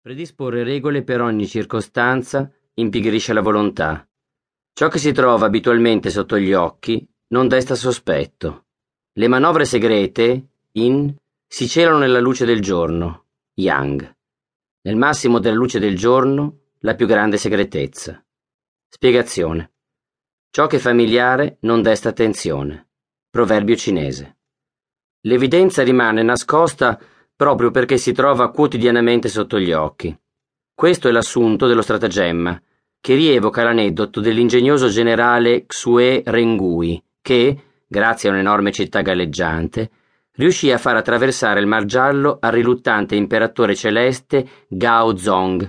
Predisporre regole per ogni circostanza impigrisce la volontà. Ciò che si trova abitualmente sotto gli occhi non desta sospetto. Le manovre segrete, si celano nella luce del giorno, yang. Nel massimo della luce del giorno, la più grande segretezza. Spiegazione. Ciò che è familiare non desta attenzione. Proverbio cinese. L'evidenza rimane nascosta proprio perché si trova quotidianamente sotto gli occhi. Questo è l'assunto dello stratagemma, che rievoca l'aneddoto dell'ingegnoso generale Xue Rengui, che, grazie a un'enorme città galleggiante, riuscì a far attraversare il Mar Giallo al riluttante imperatore celeste Gao Zong,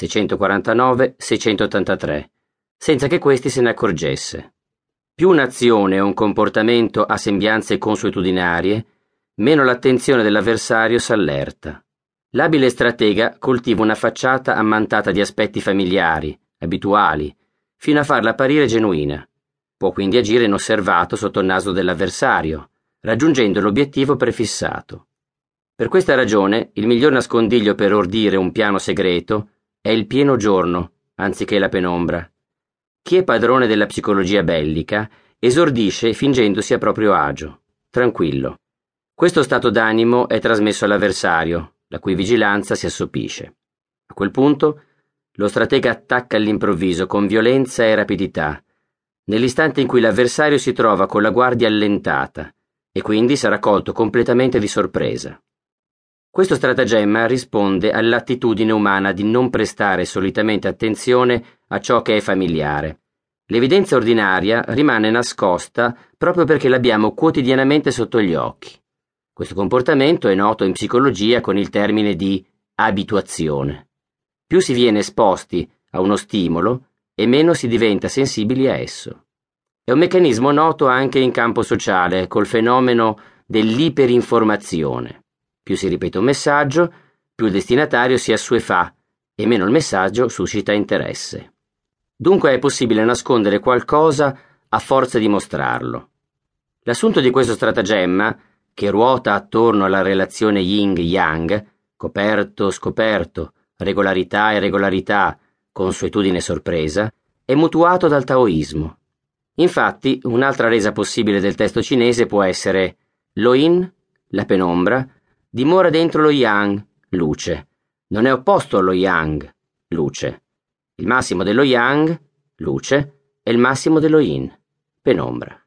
649-683, senza che questi se ne accorgesse. Più un'azione o un comportamento ha sembianze consuetudinarie, meno l'attenzione dell'avversario s'allerta. L'abile stratega coltiva una facciata ammantata di aspetti familiari, abituali, fino a farla apparire genuina. Può quindi agire inosservato sotto il naso dell'avversario, raggiungendo l'obiettivo prefissato. Per questa ragione, il miglior nascondiglio per ordire un piano segreto è il pieno giorno, anziché la penombra. Chi è padrone della psicologia bellica esordisce fingendosi a proprio agio, tranquillo. Questo stato d'animo è trasmesso all'avversario, la cui vigilanza si assopisce. A quel punto, lo stratega attacca all'improvviso con violenza e rapidità, nell'istante in cui l'avversario si trova con la guardia allentata e quindi sarà colto completamente di sorpresa. Questo stratagemma risponde all'attitudine umana di non prestare solitamente attenzione a ciò che è familiare. L'evidenza ordinaria rimane nascosta proprio perché l'abbiamo quotidianamente sotto gli occhi. Questo comportamento è noto in psicologia con il termine di abituazione. Più si viene esposti a uno stimolo e meno si diventa sensibili a esso. È un meccanismo noto anche in campo sociale col fenomeno dell'iperinformazione. Più si ripete un messaggio, più il destinatario si assuefà e meno il messaggio suscita interesse. Dunque è possibile nascondere qualcosa a forza di mostrarlo. L'assunto di questo stratagemma, che ruota attorno alla relazione yin-yang, coperto-scoperto, regolarità-irregolarità, consuetudine-sorpresa, è mutuato dal taoismo. Infatti, un'altra resa possibile del testo cinese può essere lo yin, la penombra, dimora dentro lo yang, luce. Non è opposto allo yang, luce. Il massimo dello yang, luce, è il massimo dello yin, penombra.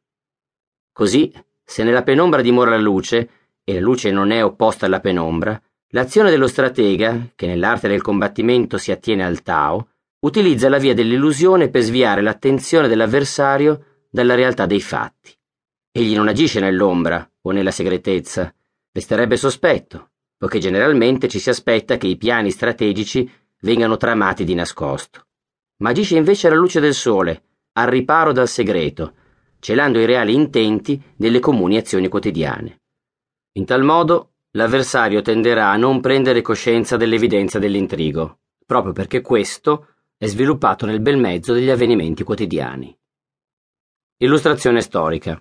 Così, se nella penombra dimora la luce, e la luce non è opposta alla penombra, l'azione dello stratega, che nell'arte del combattimento si attiene al Tao, utilizza la via dell'illusione per sviare l'attenzione dell'avversario dalla realtà dei fatti. Egli non agisce nell'ombra o nella segretezza. Resterebbe sospetto, poiché generalmente ci si aspetta che i piani strategici vengano tramati di nascosto. Ma agisce invece alla luce del sole, al riparo dal segreto, celando i reali intenti delle comuni azioni quotidiane. In tal modo, l'avversario tenderà a non prendere coscienza dell'evidenza dell'intrigo, proprio perché questo è sviluppato nel bel mezzo degli avvenimenti quotidiani. Illustrazione storica.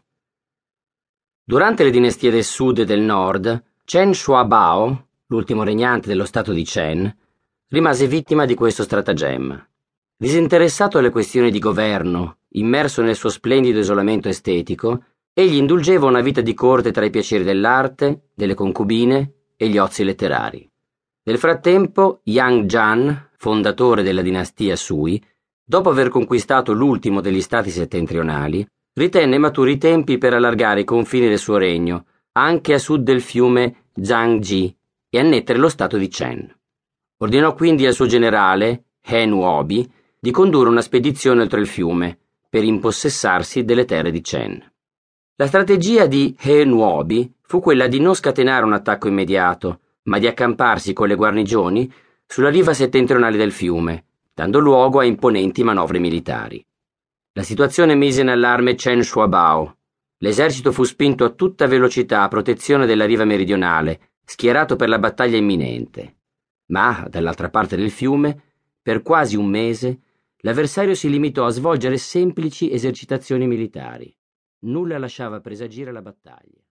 Durante le dinastie del sud e del nord, Chen Shuabao, l'ultimo regnante dello stato di Chen, rimase vittima di questo stratagemma. Disinteressato alle questioni di governo, immerso nel suo splendido isolamento estetico, egli indulgeva una vita di corte tra i piaceri dell'arte, delle concubine e gli ozi letterari. Nel frattempo, Yang Zhan, fondatore della dinastia Sui, dopo aver conquistato l'ultimo degli stati settentrionali, ritenne maturi i tempi per allargare i confini del suo regno, anche a sud del fiume Zhangji, e annettere lo stato di Chen. Ordinò quindi al suo generale, He Nuobi, di condurre una spedizione oltre il fiume, per impossessarsi delle terre di Chen. La strategia di He Nuobi fu quella di non scatenare un attacco immediato, ma di accamparsi con le guarnigioni sulla riva settentrionale del fiume, dando luogo a imponenti manovre militari. La situazione mise in allarme Chen Shuabao. L'esercito fu spinto a tutta velocità a protezione della riva meridionale, schierato per la battaglia imminente. Ma, dall'altra parte del fiume, per quasi un mese, l'avversario si limitò a svolgere semplici esercitazioni militari. Nulla lasciava presagire la battaglia.